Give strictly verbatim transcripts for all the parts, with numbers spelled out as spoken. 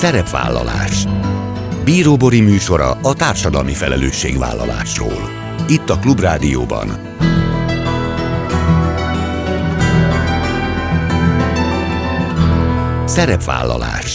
Szerepvállalás. Bíró Bori műsora a társadalmi felelősségvállalásról. Itt a Klubrádióban. Szerepvállalás.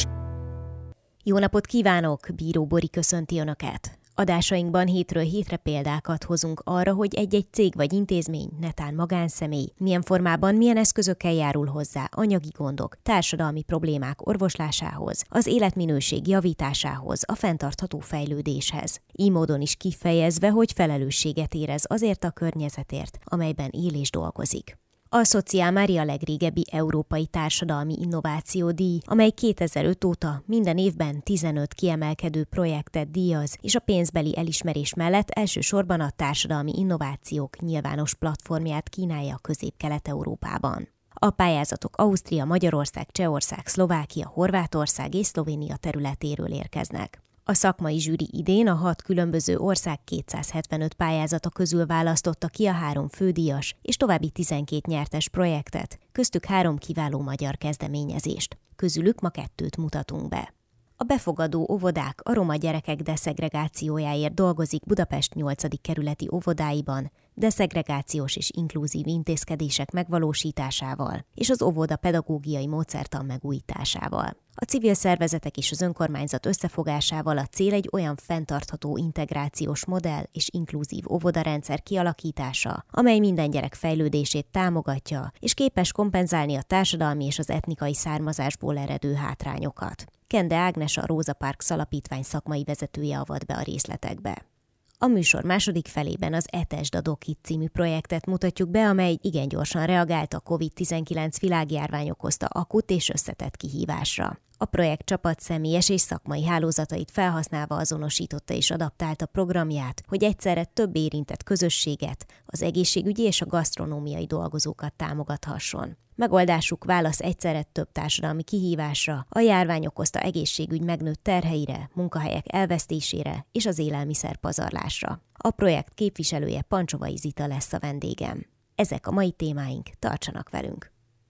Jó napot kívánok! Bíró Bori köszönti Önöket! Adásainkban hétről hétre példákat hozunk arra, hogy egy-egy cég vagy intézmény, netán magánszemély, milyen formában, milyen eszközökkel járul hozzá anyagi gondok, társadalmi problémák orvoslásához, az életminőség javításához, a fenntartható fejlődéshez. Így módon is kifejezve, hogy felelősséget érez azért a környezetért, amelyben él és dolgozik. A Social Mária legrégebbi európai társadalmi innováció-díj, amely kétezer-öt óta minden évben tizenöt kiemelkedő projektet díjaz, és a pénzbeli elismerés mellett elsősorban a társadalmi innovációk nyilvános platformját kínálja Közép-Kelet-Európában. A pályázatok Ausztria, Magyarország, Csehország, Szlovákia, Horvátország és Szlovénia területéről érkeznek. A szakmai zsűri idén a hat különböző ország kétszázhetvenöt pályázata közül választotta ki a három fődíjas és további tizenkét nyertes projektet, köztük három kiváló magyar kezdeményezést. Közülük ma kettőt mutatunk be. A befogadó óvodák a roma gyerekek deszegregációjáért dolgozik Budapest nyolcadik kerületi óvodáiban, deszegregációs és inkluzív intézkedések megvalósításával és az óvoda pedagógiai módszertan megújításával. A civil szervezetek és az önkormányzat összefogásával a cél egy olyan fenntartható integrációs modell és inkluzív óvodarendszer kialakítása, amely minden gyerek fejlődését támogatja és képes kompenzálni a társadalmi és az etnikai származásból eredő hátrányokat. Kende Ágnes, a Rosa Parks Alapítvány szakmai vezetője avat be a részletekbe. A műsor második felében az Etesd a Dokit című projektet mutatjuk be, amely igen gyorsan reagált a kovid tizenkilenc világjárvány okozta akut és összetett kihívásra. A projekt csapat személyes és szakmai hálózatait felhasználva azonosította és adaptálta programját, hogy egyszerre több érintett közösséget, az egészségügyi és a gasztronómiai dolgozókat támogathasson. Megoldásuk válasz egyszerre több társadalmi kihívásra, a járvány okozta egészségügy megnőtt terheire, munkahelyek elvesztésére és az élelmiszer pazarlásra. A projekt képviselője Pancsovai Zita lesz a vendégem. Ezek a mai témáink, tartsanak velünk!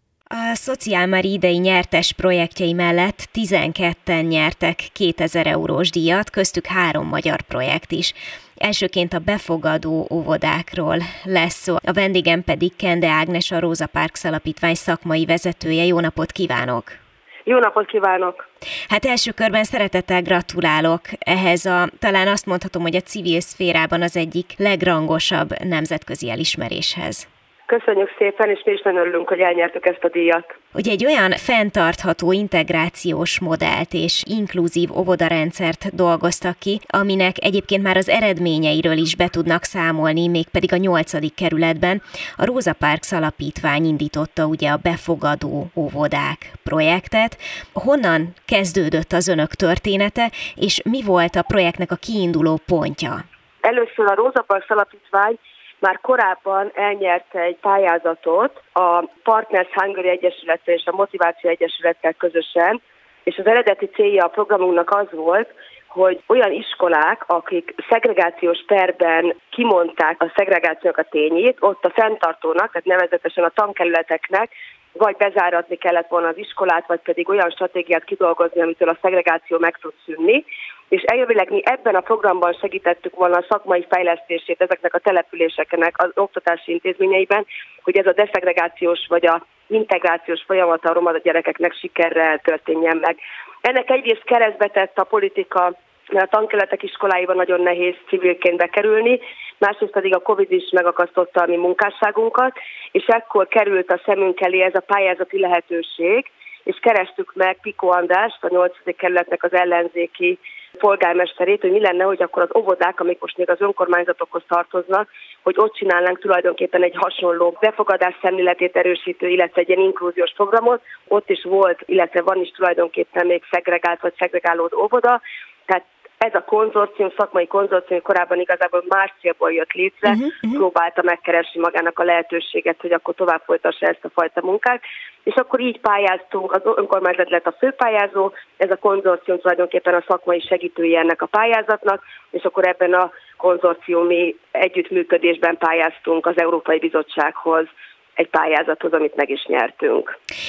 A Social Mária idei nyertes projektjei mellett tizenketten nyertek kétezer eurós díjat, köztük három magyar projekt is. Elsőként a befogadó óvodákról lesz szó, a vendégem pedig Kende Ágnes, a Rosa Parks Alapítvány szakmai vezetője. Jó napot kívánok! Jó napot kívánok! Hát első körben szeretettel gratulálok ehhez a, talán azt mondhatom, hogy a civil szférában az egyik legrangosabb nemzetközi elismeréshez. Köszönjük szépen, és mi is nagyon örülünk, hogy elnyertük ezt a díjat. Ugye egy olyan fenntartható integrációs modellt és inkluzív óvodarendszert dolgoztak ki, aminek egyébként már az eredményeiről is be tudnak számolni, mégpedig a nyolcadik kerületben. A Rosa Parks Alapítvány indította ugye a befogadó óvodák projektet. Honnan kezdődött az önök története, és mi volt a projektnek a kiinduló pontja? Először a Rosa Parks Alapítvány már korábban elnyert egy pályázatot a Partners Hungary Egyesülettel és a Motiváció Egyesülettel közösen, és az eredeti célja a programunknak az volt, hogy olyan iskolák, akik szegregációs perben kimondták a szegregációnak a tényét, ott a fenntartónak, tehát nevezetesen a tankerületeknek vagy bezáratni kellett volna az iskolát, vagy pedig olyan stratégiát kidolgozni, amitől a szegregáció meg tud szűnni. És eljövileg mi ebben a programban segítettük volna a szakmai fejlesztését ezeknek a településeknek az oktatási intézményeiben, hogy ez a deszegregációs vagy a integrációs folyamata a roma gyerekeknek sikerrel történjen meg. Ennek egyrészt keresztbe tett a politika, mert a tankerületek iskoláiban nagyon nehéz civilként bekerülni, másrészt pedig a Covid is megakasztotta a mi munkásságunkat, és ekkor került a szemünk elé ez a pályázati lehetőség, és kerestük meg Piko Andrást, a nyolcadik kerületnek az ellenzéki polgármesterét, hogy mi lenne, hogy akkor az óvodák, amik most még az önkormányzatokhoz tartoznak, hogy ott csinálnánk tulajdonképpen egy hasonló befogadás szemléletét erősítő, illetve egy ilyen inkluziós programot. Ott is volt, illetve van is tulajdonképpen még szegregált vagy szegregálódó óvoda. Tehát ez a konzorcium, szakmai konzorcium korábban igazából más célból jött létre, uh-huh, uh-huh. próbálta megkeresni magának a lehetőséget, hogy akkor tovább folytassa ezt a fajta munkát, és akkor így pályáztunk, az önkormányzat lett a főpályázó, ez a konzorcium tulajdonképpen a szakmai segítője ennek a pályázatnak, és akkor ebben a konzorciumi együttműködésben pályáztunk az Európai Bizottsághoz egy pályázathoz, amit meg is nyertünk.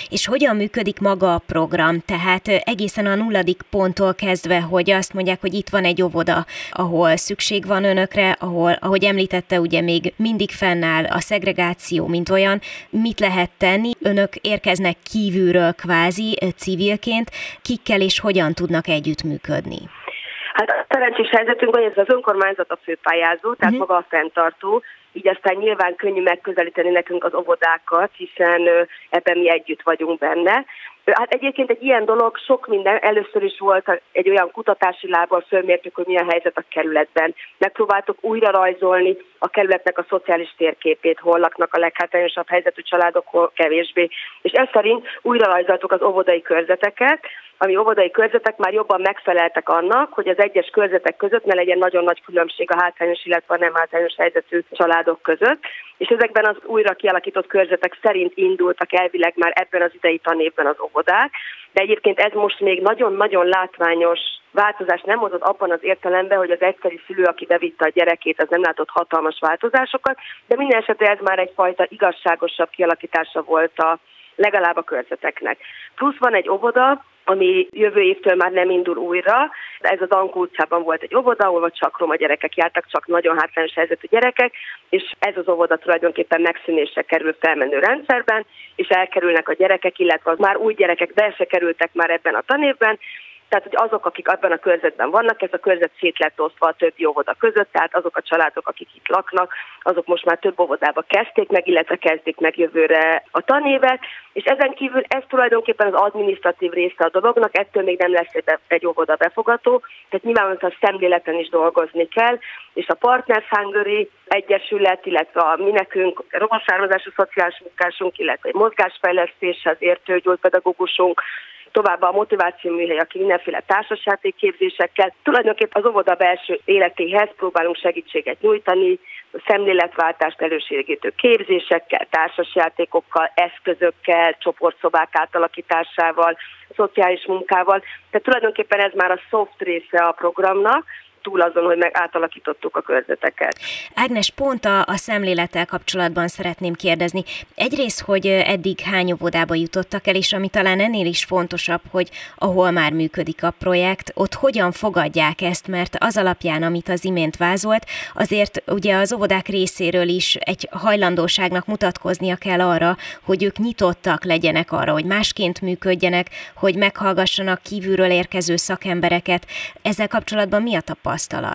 És hogyan működik maga a program? Tehát egészen a nulladik ponttól kezdve, hogy azt mondják, hogy itt van egy óvoda, ahol szükség van önökre, ahol, ahogy említette, ugye még mindig fennáll a szegregáció, mint olyan. Mit lehet tenni? Önök érkeznek kívülről kvázi, civilként, kikkel és hogyan tudnak együttműködni? Hát a szerencsés helyzetünk, hogy ez az önkormányzat a főpályázó, tehát uh-huh. maga a fenntartó, így aztán nyilván könnyű megközelíteni nekünk az óvodákat, hiszen ebben mi együtt vagyunk benne. Hát egyébként egy ilyen dolog, sok minden, először is volt egy olyan kutatási lábbal fölmértük, hogy milyen helyzet a kerületben. Megpróbáltuk újra rajzolni a kerületnek a szociális térképét, hol laknak a leghátrányosabb helyzetű családok, hol kevésbé. És ez szerint újra rajzoltuk az óvodai körzeteket, ami óvodai körzetek már jobban megfeleltek annak, hogy az egyes körzetek között ne legyen nagyon nagy különbség a hátrányos, illetve a nem hátrányos helyzetű családok között. És ezekben az újra kialakított körzetek szerint indultak elvileg már ebben az idei tanévben az óvodák, de egyébként ez most még nagyon-nagyon látványos változás nem hozott abban az értelemben, hogy az egyszeri szülő, aki bevitte a gyerekét, az nem látott hatalmas változásokat, de minden esetre ez már egyfajta igazságosabb kialakítása volt a legalább a körzeteknek. Plusz van egy óvoda, ami jövő évtől már nem indul újra. Ez az Ankó utcában volt egy óvoda, ahol csak roma gyerekek jártak, csak nagyon hátrányos helyzetű gyerekek, és ez az óvoda tulajdonképpen megszűnésre kerül felmenő rendszerben, és elkerülnek a gyerekek, illetve az már új gyerekek be se kerültek már ebben a tanévben. Tehát, hogy azok, akik abban a körzetben vannak, ez a körzet szét lett osztva a többi óvoda között, tehát azok a családok, akik itt laknak, azok most már több óvodába kezdték meg, illetve kezdik meg jövőre a tanévet, és ezen kívül ez tulajdonképpen az adminisztratív része a dolognak, ettől még nem lesz egy, egy óvoda befogató, tehát nyilvánvalóan a szemléleten is dolgozni kell, és a Partners Hungary Egyesület, illetve a mi nekünk roma származású szociális munkásunk, illetve egy mozgásfejlesztéshez értő gyógypedagógusunk, továbbá a motiváció műhely, aki mindenféle társasjátékképzésekkel. Tulajdonképpen az óvoda belső életéhez próbálunk segítséget nyújtani, szemléletváltást elősegítő képzésekkel, társasjátékokkal, eszközökkel, csoportszobák átalakításával, szociális munkával. Tehát tulajdonképpen ez már a soft része a programnak, túl azon, hogy meg átalakítottuk a körzeteket. Ágnes, pont a, a szemlélettel kapcsolatban szeretném kérdezni. Egyrészt, hogy eddig hány óvodába jutottak el, és ami talán ennél is fontosabb, hogy ahol már működik a projekt, ott hogyan fogadják ezt, mert az alapján, amit az imént vázolt, azért ugye az óvodák részéről is egy hajlandóságnak mutatkoznia kell arra, hogy ők nyitottak legyenek arra, hogy másként működjenek, hogy meghallgassanak kívülről érkező szakembereket. Ezzel kapcsolatban mi a tapasztalat?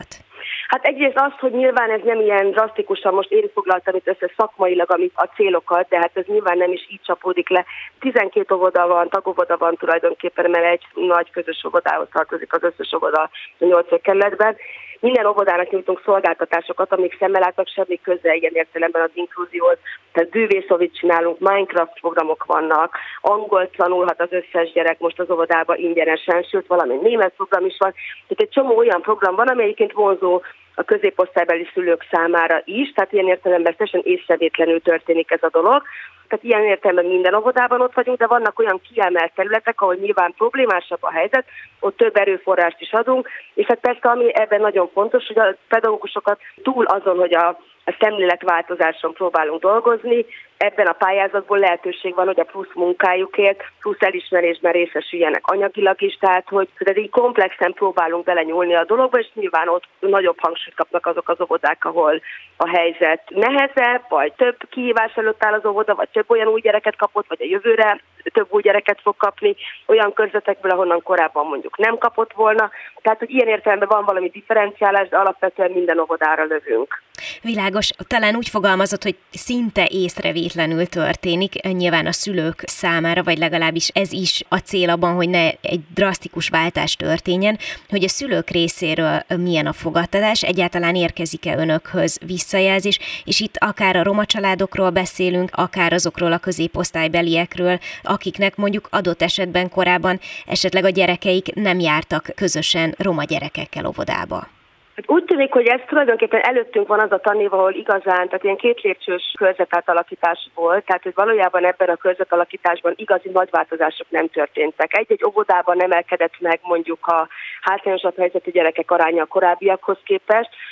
Hát egyrészt az, hogy nyilván ez nem ilyen drasztikusan, most én foglaltam itt össze szakmailag amit a célokat, de hát ez nyilván nem is így csapódik le. tizenkét óvoda van, tagóvoda van tulajdonképpen, mert egy nagy közös óvodához tartozik az összes óvoda a nyolc kerületben. Minden óvodának nyújtunk szolgáltatásokat, amik szemmel látnak, semmi köze ilyen értelemben az inkluzióhoz. Tehát bűvészovit csinálunk, Minecraft programok vannak, angolt tanulhat az összes gyerek most az óvodában ingyenesen, sőt valami német program is van. Tehát egy csomó olyan program van, ami egyébként vonzó a középosztálybeli szülők számára is, tehát ilyen értelemben teljesen észrevétlenül történik ez a dolog. Tehát ilyen értelemben minden óvodában ott vagyunk, de vannak olyan kiemelt területek, ahol nyilván problémásabb a helyzet, ott több erőforrást is adunk, és hát persze ami ebben nagyon fontos, hogy a pedagógusokat túl azon, hogy a a szemléletváltozáson próbálunk dolgozni. Ebben a pályázatból lehetőség van, hogy a plusz munkájukért, plusz elismerésben részesüljenek anyagilag is, tehát hogy így komplexen próbálunk belenyúlni a dologba, és nyilván ott nagyobb hangsúlyt kapnak azok az óvodák, ahol a helyzet nehezebb, vagy több kihívás előtt áll az óvoda, vagy több olyan új gyereket kapott, vagy a jövőre több új gyereket fog kapni, olyan körzetekből, ahonnan korábban mondjuk nem kapott volna. Tehát, hogy ilyen értelemben van valami differenciálás, de alapvetően minden óvodára lövünk. Világos, talán úgy fogalmazott, hogy szinte észrevétlenül történik, nyilván a szülők számára, vagy legalábbis ez is a cél abban, hogy ne egy drasztikus váltás történjen, hogy a szülők részéről milyen a fogadtatás, egyáltalán érkezik-e önökhöz visszajelzés, és itt akár a roma családokról beszélünk, akár azokról a középosztálybeliekről, akiknek mondjuk adott esetben korábban esetleg a gyerekeik nem jártak közösen roma gyerekekkel óvodába. Hát úgy tűnik, hogy ez tulajdonképpen előttünk van az a tanév, ahol igazán, tehát ilyen két lépcsős körzetátalakítás volt, tehát hogy valójában ebben a körzetalakításban igazi nagy változások nem történtek. Egy-egy óvodában emelkedett meg mondjuk a hátrányosabb helyzetű gyerekek aránya a korábbiakhoz képest,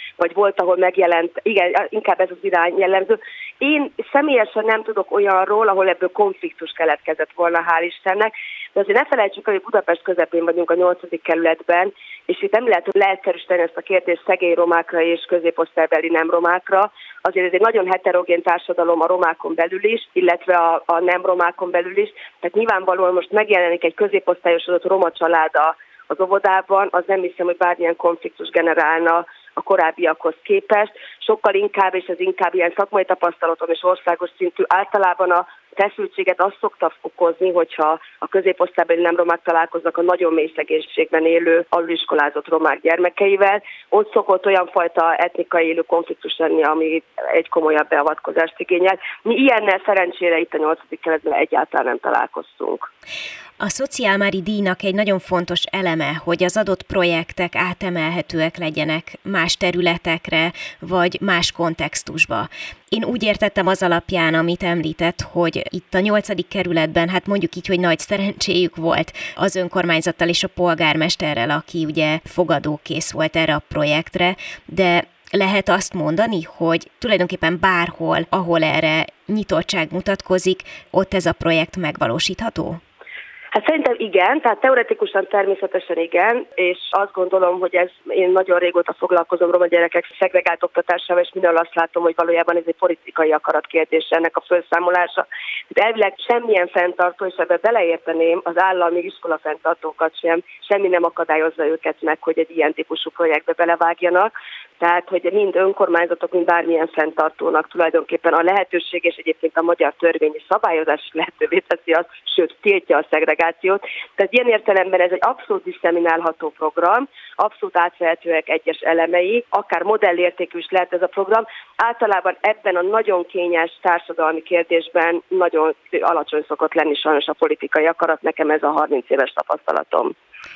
vagy volt, ahol megjelent, igen, inkább ez az irány jellemző. Én személyesen nem tudok olyanról, ahol ebből konfliktus keletkezett volna, hál' Istennek, de azért ne felejtsük, hogy Budapest közepén vagyunk a nyolcadik kerületben, és itt nem lehet leegyszerűsíteni ezt a kérdést szegény romákra és középosztálybeli nem romákra. Azért ez egy nagyon heterogén társadalom a romákon belül is, illetve a, a nem romákon belül is. Tehát nyilvánvalóan most megjelenik egy középosztályosodott roma család az óvodában, az nem hiszem, hogy bármilyen konfliktus generálna a korábbiakhoz képest. Sokkal inkább, és ez inkább ilyen szakmai tapasztalatom és országos szintű, általában a feszültséget azt szokta okozni, hogyha a középosztálybeli nem romák találkoznak a nagyon mély szegénységben élő, aluliskolázott romák gyermekeivel. Ott szokott olyan fajta etnikai élő konfliktus lenni, ami egy komolyabb beavatkozást igényel. Mi ilyennel szerencsére itt a nyolcadik kerületben egyáltalán nem találkoztunk. A szociálmári díjnak egy nagyon fontos eleme, hogy az adott projektek átemelhetőek legyenek más területekre, vagy más kontextusba. Én úgy értettem az alapján, amit említett, hogy itt a nyolcadik kerületben, hát mondjuk így, hogy nagy szerencséjük volt az önkormányzattal és a polgármesterrel, aki ugye fogadókész volt erre a projektre, de lehet azt mondani, hogy tulajdonképpen bárhol, ahol erre nyitottság mutatkozik, ott ez a projekt megvalósítható? Hát szerintem igen, tehát teoretikusan természetesen igen, és azt gondolom, hogy ez, én nagyon régóta foglalkozom roma gyerekek szegregált oktatásával, és mindenhol azt látom, hogy valójában ez egy politikai akarat kérdése ennek a felszámolása. Tehát elvileg semmilyen fenntartó, és ebbe beleérteném az állami iskola fenntartókat sem, semmi nem akadályozza őket meg, hogy egy ilyen típusú projektbe belevágjanak. Tehát, hogy mind önkormányzatok, mind bármilyen fenntartónak tulajdonképpen a lehetőség, és egyébként a magyar törvényi szabályozás lehetővé teszi azt, sőt, tiltja a szegregációt. Tehát ilyen értelemben ez egy abszolút diszeminálható program, abszolút átvehetőek egyes elemei, akár modellértékű is lehet ez a program. Általában ebben a nagyon kényes társadalmi kérdésben nagyon alacsony szokott lenni sajnos a politikai akarat, nekem ez a harminc éves tapasztalatom.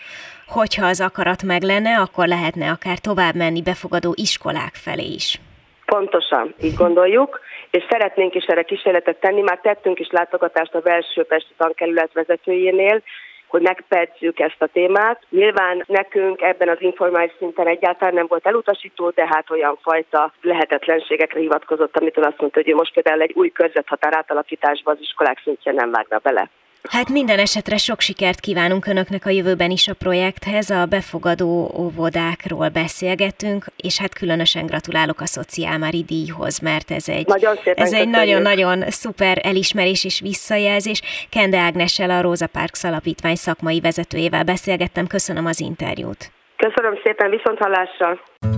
Hogyha az akarat meg lenne, akkor lehetne akár tovább menni befogadó iskolák felé is. Pontosan, így gondoljuk, és szeretnénk is erre kísérletet tenni, már tettünk is látogatást a Belső-Pesti Tankerület vezetőjénél, hogy megpercjük ezt a témát. Nyilván nekünk ebben az informális szinten egyáltalán nem volt elutasító, de hát olyan fajta lehetetlenségekre hivatkozott, amitől azt mondta, hogy ő most például egy új körzethatár átalakításba az iskolák szintjén nem vágna bele. Hát minden esetre sok sikert kívánunk Önöknek a jövőben is a projekthez, a befogadó óvodákról beszélgettünk, és hát különösen gratulálok a szociálmári díjhoz, mert ez egy, ez egy nagyon-nagyon szuper elismerés és visszajelzés. Kende Ágnessel, a Rosa Parks Alapítvány szakmai vezetőjével beszélgettem. Köszönöm az interjút. Köszönöm szépen, viszonthallásra!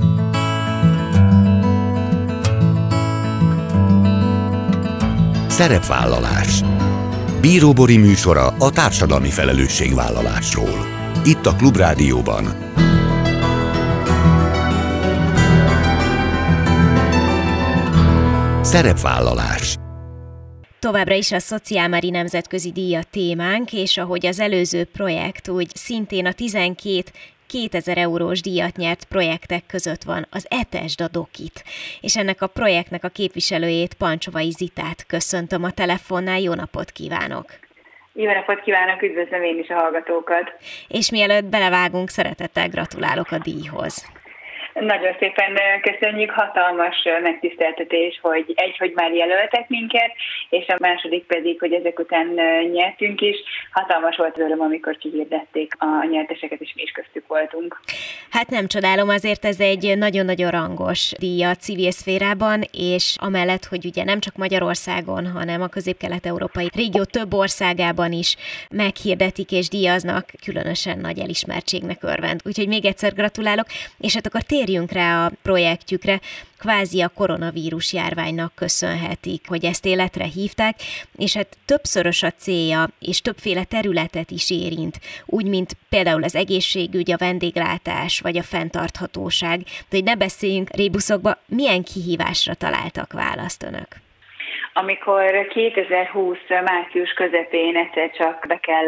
Szerepvállalás. Bíró Bori műsora a társadalmi felelősségvállalásról. Itt a Klubrádióban. Szerepvállalás. Továbbra is a Szociálmári Nemzetközi Díj a témánk, és ahogy az előző projekt, úgy szintén a tizenkét kétezer eurós díjat nyert projektek között van az Etesd a Dokit, és ennek a projektnek a képviselőjét, Pancsovai Zitát köszöntöm a telefonnál. Jó napot kívánok! Jó napot kívánok, üdvözlöm én is a hallgatókat! És mielőtt belevágunk, szeretettel gratulálok a díjhoz! Nagyon szépen köszönjük, hatalmas megtiszteltetés, hogy egy, hogy már jelöltek minket, és a második pedig, hogy ezek után nyertünk is. Hatalmas volt az öröm, amikor kihirdették a nyerteseket, és mi is köztük voltunk. Hát nem csodálom, azért ez egy nagyon-nagyon rangos díj a civil szférában, és amellett, hogy ugye nem csak Magyarországon, hanem a közép-kelet-európai régió több országában is meghirdetik és díjaznak, különösen nagy elismertségnek örvend. Úgyhogy még egyszer gratulálok, és hát akkor térjünk rá a projektjükre. Kvázi a koronavírus járványnak köszönhetik, hogy ezt életre hívták, és hát többszörös a célja, és többféle területet is érint, úgy, mint például az egészségügy, a vendéglátás, vagy a fenntarthatóság. De hogy ne beszéljünk rébuszokba, milyen kihívásra találtak választ Önök? Amikor kétezer-húsz március közepén egyszer csak be kellett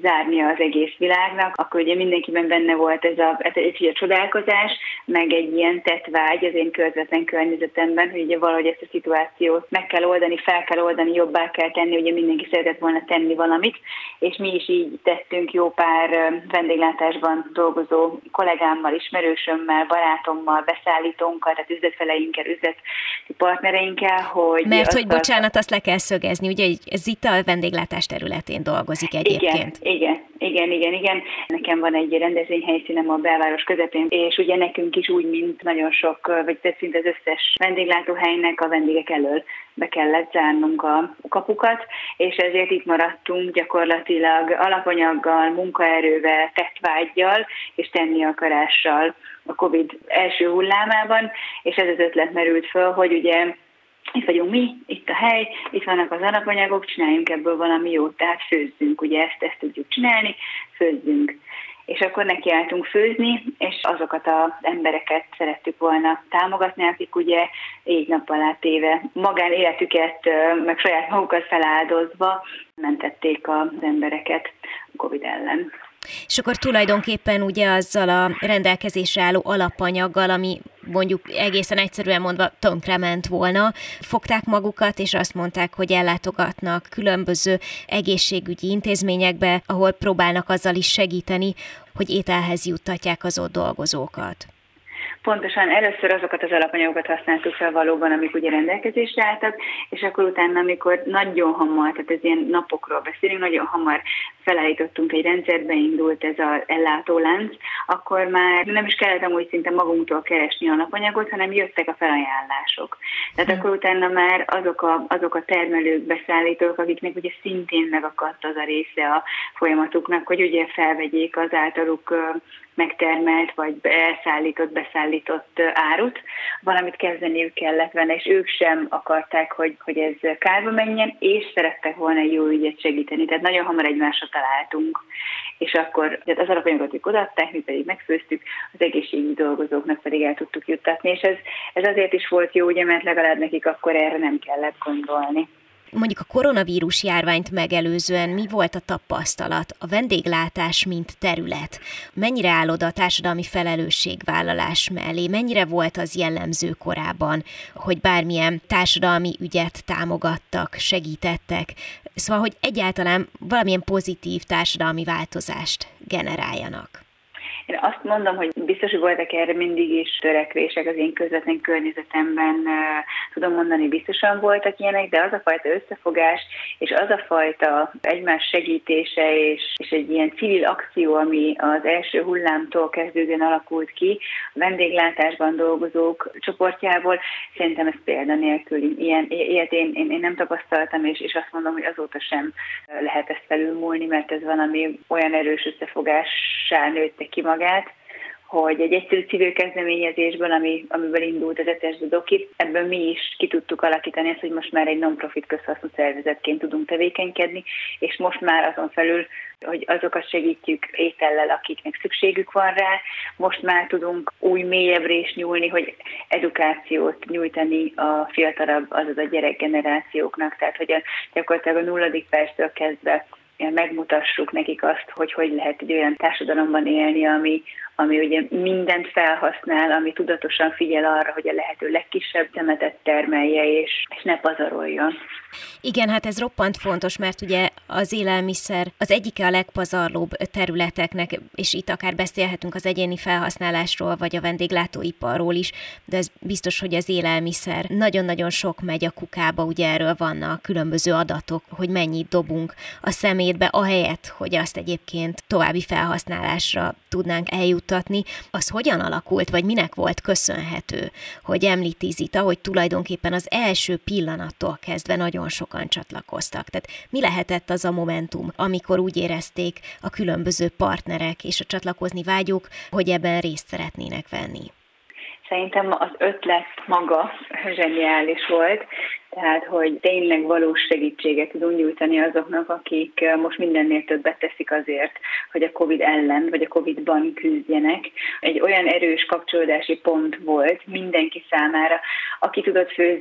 zárnia az egész világnak, akkor ugye mindenkiben benne volt ez a, ez a csodálkozás, meg egy ilyen tettvágy az én közvetlen környezetemben, hogy ugye valahogy ezt a szituációt meg kell oldani, fel kell oldani, jobbá kell tenni, ugye mindenki szeretett volna tenni valamit, és mi is így tettünk jó pár vendéglátásban dolgozó kollégámmal, ismerősömmel, barátommal, beszállítónkkal, tehát üzletfeleinkkel, üzleti partnereinkkel, hogy... Mert hogy bocsánat, azt le kell szögezni, ugye ez itt a vendéglátás területén dolgozik egyébként. Igen, igen, igen, igen, igen. Nekem van egy rendezvényhelyszínem a belváros közepén, és ugye nekünk is úgy, mint nagyon sok, vagy szinte az összes vendéglátóhelynek a vendégek elől be kellett zárnunk a kapukat, és ezért itt maradtunk gyakorlatilag alapanyaggal, munkaerővel, tettvággyal és tenni akarással a Covid első hullámában, és ez az ötlet merült föl, hogy ugye itt vagyunk mi, itt a hely, itt vannak az alapanyagok, csináljunk ebből valami jót, tehát főzzünk, ugye ezt, ezt tudjuk csinálni, főzzünk. És akkor nekiálltunk főzni, és azokat az embereket szerettük volna támogatni, akik ugye így nappal átéve magánéletüket, meg saját magukat feláldozva mentették az embereket Covid ellen. És akkor tulajdonképpen ugye azzal a rendelkezésre álló alapanyaggal, ami mondjuk egészen egyszerűen mondva tönkrement volna, fogták magukat, és azt mondták, hogy ellátogatnak különböző egészségügyi intézményekbe, ahol próbálnak azzal is segíteni, hogy ételhez juttatják az ott dolgozókat. Pontosan először azokat az alapanyagokat használtuk fel valóban, amik ugye rendelkezésre álltak, és akkor utána, amikor nagyon hamar, tehát ez ilyen napokról beszélünk, nagyon hamar felállítottunk egy rendszert, beindult ez az ellátólánc, akkor már nem is kellett amúgy szinte magunktól keresni alapanyagot, hanem jöttek a felajánlások. Tehát hmm. akkor utána már azok a, azok a termelők, beszállítók, akiknek ugye szintén megakadt az a része a folyamatuknak, hogy ugye felvegyék az általuk megtermelt, vagy elszállított, beszállított árut, valamit kezdeniük kellett vele, és ők sem akarták, hogy, hogy ez kárba menjen, és szerettek volna egy jó ügyet segíteni. Tehát nagyon hamar egymásra találtunk, és akkor az alapanyagot ők odaadták, mi pedig megfőztük, az egészségügyi dolgozóknak pedig el tudtuk juttatni, és ez, ez azért is volt jó, ugye, mert legalább nekik akkor erre nem kellett gondolni. Mondjuk a koronavírus járványt megelőzően mi volt a tapasztalat, a vendéglátás mint terület? Mennyire áll oda a társadalmi felelősségvállalás mellé? Mennyire volt az jellemző korábban, hogy bármilyen társadalmi ügyet támogattak, segítettek? Szóval, hogy egyáltalán valamilyen pozitív társadalmi változást generáljanak. Én azt mondom, hogy biztos, hogy voltak erre mindig is törekvések az én közvetlen környezetemben, tudom mondani, biztosan voltak ilyenek, de az a fajta összefogás, és az a fajta egymás segítése, és, és egy ilyen civil akció, ami az első hullámtól kezdődően alakult ki, a vendéglátásban dolgozók csoportjából, szerintem ez példanélküli. Ilyen, ilyet én, én, én nem tapasztaltam, és, és azt mondom, hogy azóta sem lehet ezt felülmúlni, mert ez valami olyan erős összefogássá nőtte ki magát, hogy egy egyszerű civil kezdeményezésből, ami, amiből indult az Etesd Doki, ebből mi is ki tudtuk alakítani ezt, hogy most már egy non-profit közhasznú szervezetként tudunk tevékenykedni, és most már azon felül, hogy azokat segítjük étellel, akiknek szükségük van rá, most már tudunk új mélyebbre is nyúlni, hogy edukációt nyújtani a fiatalabb, azaz a gyerekgenerációknak, tehát hogy a, gyakorlatilag a nulladik perctől kezdve megmutassuk nekik azt, hogy hogy lehet egy olyan társadalomban élni, ami, ami ugye mindent felhasznál, ami tudatosan figyel arra, hogy a lehető legkisebb szemetet termelje, és, és ne pazaroljon. Igen, hát ez roppant fontos, mert ugye az élelmiszer az egyike a legpazarlóbb területeknek, és itt akár beszélhetünk az egyéni felhasználásról, vagy a vendéglátóiparról is, de ez biztos, hogy az élelmiszer nagyon-nagyon sok megy a kukába, ugye erről vannak különböző adatok, hogy mennyit dobunk a szemétbe, ahelyett, hogy azt egyébként további felhasználásra tudnánk eljuttatni. Az hogyan alakult, vagy minek volt köszönhető, hogy említi Zita, hogy tulajdonképpen az első pillanattól kezdve nagyon sokan csatlakoztak. Tehát mi lehetett az a momentum, amikor úgy érezték a különböző partnerek és a csatlakozni vágyók, hogy ebben részt szeretnének venni? Szerintem az ötlet maga zseniális volt, tehát hogy tényleg valós segítséget tudunk nyújtani azoknak, akik most mindennél többet teszik azért, hogy a Covid ellen, vagy a Covidban küzdjenek. Egy olyan erős kapcsolódási pont volt mindenki számára, aki tudott főzni,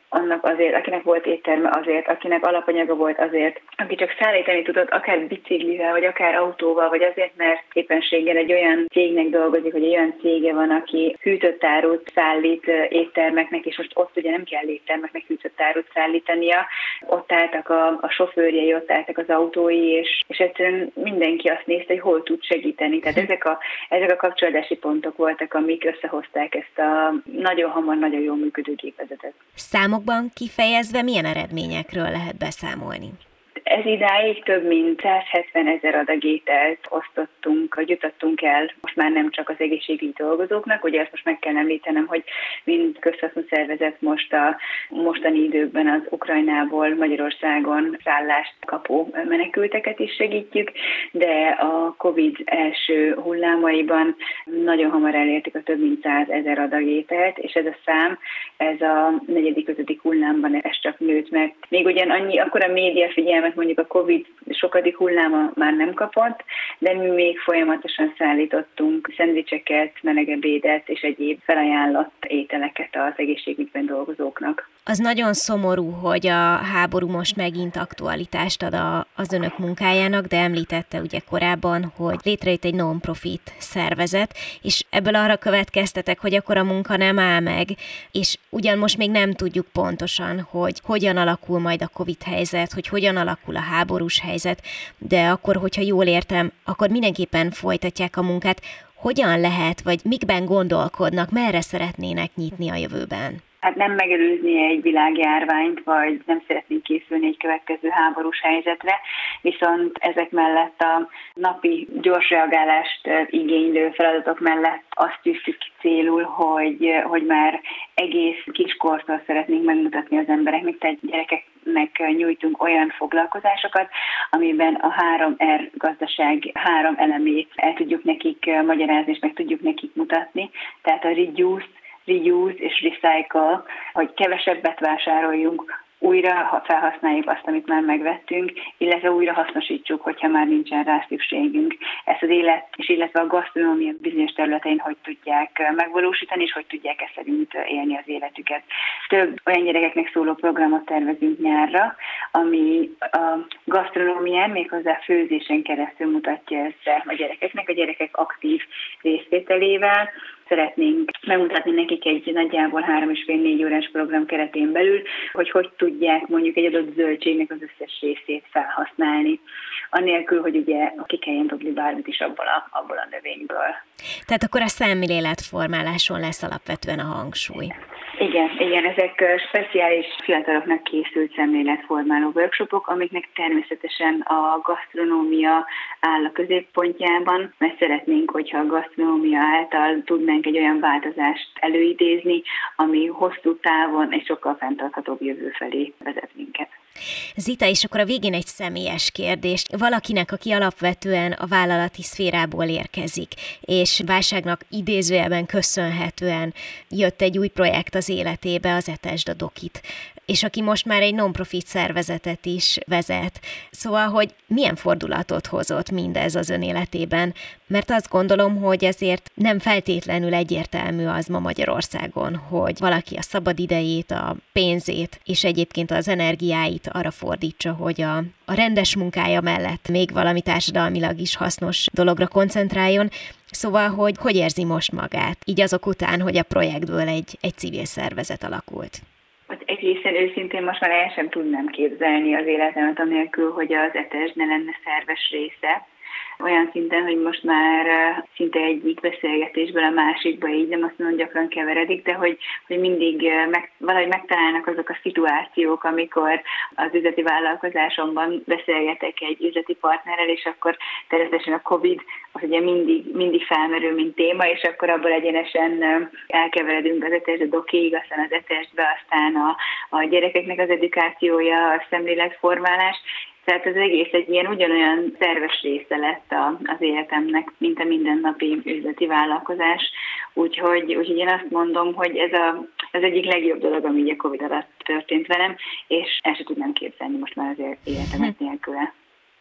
annak azért, akinek volt étterme azért, akinek alapanyaga volt azért, aki csak szállítani tudott, akár biciklivel, vagy akár autóval, vagy azért, mert éppenséggel egy olyan cégnek dolgozik, hogy egy olyan cége van, aki hűtött árut szállít éttermeknek, és most ott ugye nem kell éttermeknek hűtött árut szállítania, ott álltak a, a sofőrjei, ott álltak az autói, és, és egyszerűen mindenki azt nézte, hogy hol tud segíteni. Tehát ezek a, ezek a kapcsolódási pontok voltak, amik összehozták ezt a nagyon hamar, nagyon jól működő gépezetet. Számokban kifejezve milyen eredményekről lehet beszámolni? Ez idáig több mint százhetven ezer adag ételt osztottunk, vagy jutottunk el, most már nem csak az egészségügyi dolgozóknak, ugye ezt most meg kell említenem, hogy mind közhasznú szervezet most a mostani időkben az Ukrajnából Magyarországon szállást kapó menekülteket is segítjük, de a Covid első hullámaiban nagyon hamar elértük a több mint százezer adag ételt, és ez a szám, ez a negyedik, ötödik hullámban ez csak nőtt, mert még ugyan annyi, akkor a média figyelmet mondjuk a Covid sokadik hulláma már nem kapott, de mi még folyamatosan szállítottunk szendvicseket, melegebédet és egyéb felajánlott ételeket az egészségügyben dolgozóknak. Az nagyon szomorú, hogy a háború most megint aktualitást ad a, az önök munkájának, de említette ugye korábban, hogy létrejött egy non-profit szervezet, és ebből arra következtetek, hogy akkor a munka nem áll meg, és ugyan most még nem tudjuk pontosan, hogy hogyan alakul majd a Covid helyzet, hogy hogyan alakul a háborús helyzet, de akkor, hogyha jól értem, akkor mindenképpen folytatják a munkát. Hogyan lehet, vagy mikben gondolkodnak, merre szeretnének nyitni a jövőben? Hát nem megelőzni egy világjárványt, vagy nem szeretnénk készülni egy következő háborús helyzetre, viszont ezek mellett a napi gyors reagálást igénylő feladatok mellett azt tűztük célul, hogy, hogy már egész kiskortól szeretnénk megmutatni az embereknek, tehát gyerekeknek nyújtunk olyan foglalkozásokat, amiben a három er gazdaság három elemét el tudjuk nekik magyarázni, és meg tudjuk nekik mutatni, tehát a reduce, reuse és recycle, hogy kevesebbet vásároljunk, újra ha felhasználjuk azt, amit már megvettünk, illetve újra hasznosítsuk, hogyha már nincsen rá szükségünk. Ezt az élet, és illetve a gasztronómia bizonyos területein hogy tudják megvalósítani, és hogy tudják ezt szerint élni az életüket. Több olyan gyerekeknek szóló programot tervezünk nyárra, ami a gasztronómián, méghozzá főzésen keresztül mutatja ezt a gyerekeknek, a gyerekek aktív részvételével. Szeretnénk megmutatni nekik egy nagyjából három és fél négy órás program keretén belül, hogy hogy tudják mondjuk egy adott zöldségnek az összes részét felhasználni, anélkül, hogy ugye ki kelljen dobni bármit is abból a, abból a növényből. Tehát akkor a szemléletformáláson lesz alapvetően a hangsúly. Igen, igen, ezek speciális fiataloknak készült szemléletformáló workshopok, amiknek természetesen a gasztronómia áll a középpontjában, mert szeretnénk, hogyha a gasztronómia által tudnánk egy olyan változást előidézni, ami hosszú távon egy sokkal fenntarthatóbb jövő felé vezet minket. Zita, és akkor a végén egy személyes kérdés. Valakinek, aki alapvetően a vállalati szférából érkezik, és válságnak idézőjelben köszönhetően jött egy új projekt az életébe, az Etesd a Dokit, és aki most már egy non-profit szervezetet is vezet. Szóval, hogy milyen fordulatot hozott mindez az ön életében? Mert azt gondolom, hogy ezért nem feltétlenül egyértelmű az ma Magyarországon, hogy valaki a szabadidejét, a pénzét és egyébként az energiáit arra fordítsa, hogy a, a rendes munkája mellett még valami társadalmilag is hasznos dologra koncentráljon. Szóval, hogy hogy érzi most magát, így azok után, hogy a projektből egy, egy civil szervezet alakult? Egészen őszintén most már el sem tudnám képzelni az életemet anélkül, hogy az Etesd ne lenne szerves része. Olyan szinten, hogy most már szinte egyik beszélgetésből a másikba így nem azt mondom, gyakran keveredik, de hogy, hogy mindig meg, valahogy megtalálnak azok a szituációk, amikor az üzleti vállalkozásomban beszélgetek egy üzleti partnerrel, és akkor természetesen a Covid az ugye mindig, mindig felmerül, mint téma, és akkor abból egyenesen elkeveredünk az Etesd a Dokig, aztán az Etesdbe, aztán a, a gyerekeknek az edukációja, a szemléletformálás. Tehát az egész egy ilyen ugyanolyan szerves része lett az életemnek, mint a mindennapi üzleti vállalkozás. Úgyhogy, úgyhogy én azt mondom, hogy ez a, az egyik legjobb dolog, ami így a Covid alatt történt velem, és el sem tudnám képzelni most már az életemet nélküle.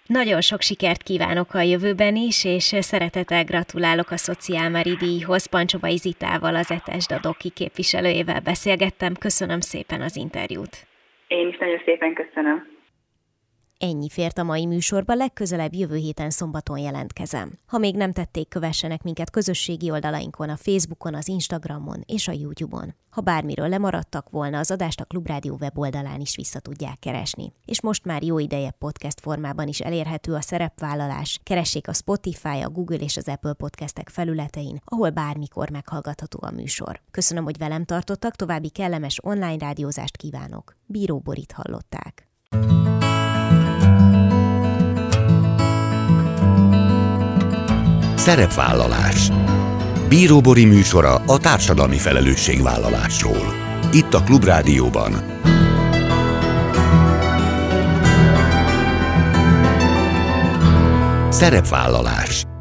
Nagyon sok sikert kívánok a jövőben is, és szeretettel gratulálok a Szociálmári díjhoz. Pancsovai Zitával, az Etesd a Doki képviselőjével beszélgettem. Köszönöm szépen az interjút. Én is nagyon szépen köszönöm. Ennyi fért a mai műsorba, legközelebb jövő héten szombaton jelentkezem. Ha még nem tették, kövessenek minket közösségi oldalainkon, a Facebookon, az Instagramon és a YouTube-on. Ha bármiről lemaradtak volna, az adást a Klubrádió weboldalán is vissza tudják keresni. És most már jó ideje podcast formában is elérhető a Szerepvállalás. Keressék a Spotify, a Google és az Apple podcastek felületein, ahol bármikor meghallgatható a műsor. Köszönöm, hogy velem tartottak, további kellemes online rádiózást kívánok. Bíró Borit hallották. Szerepvállalás. Bíró Bori műsora a társadalmi felelősségvállalásról. Itt a Klubrádióban. Szerepvállalás.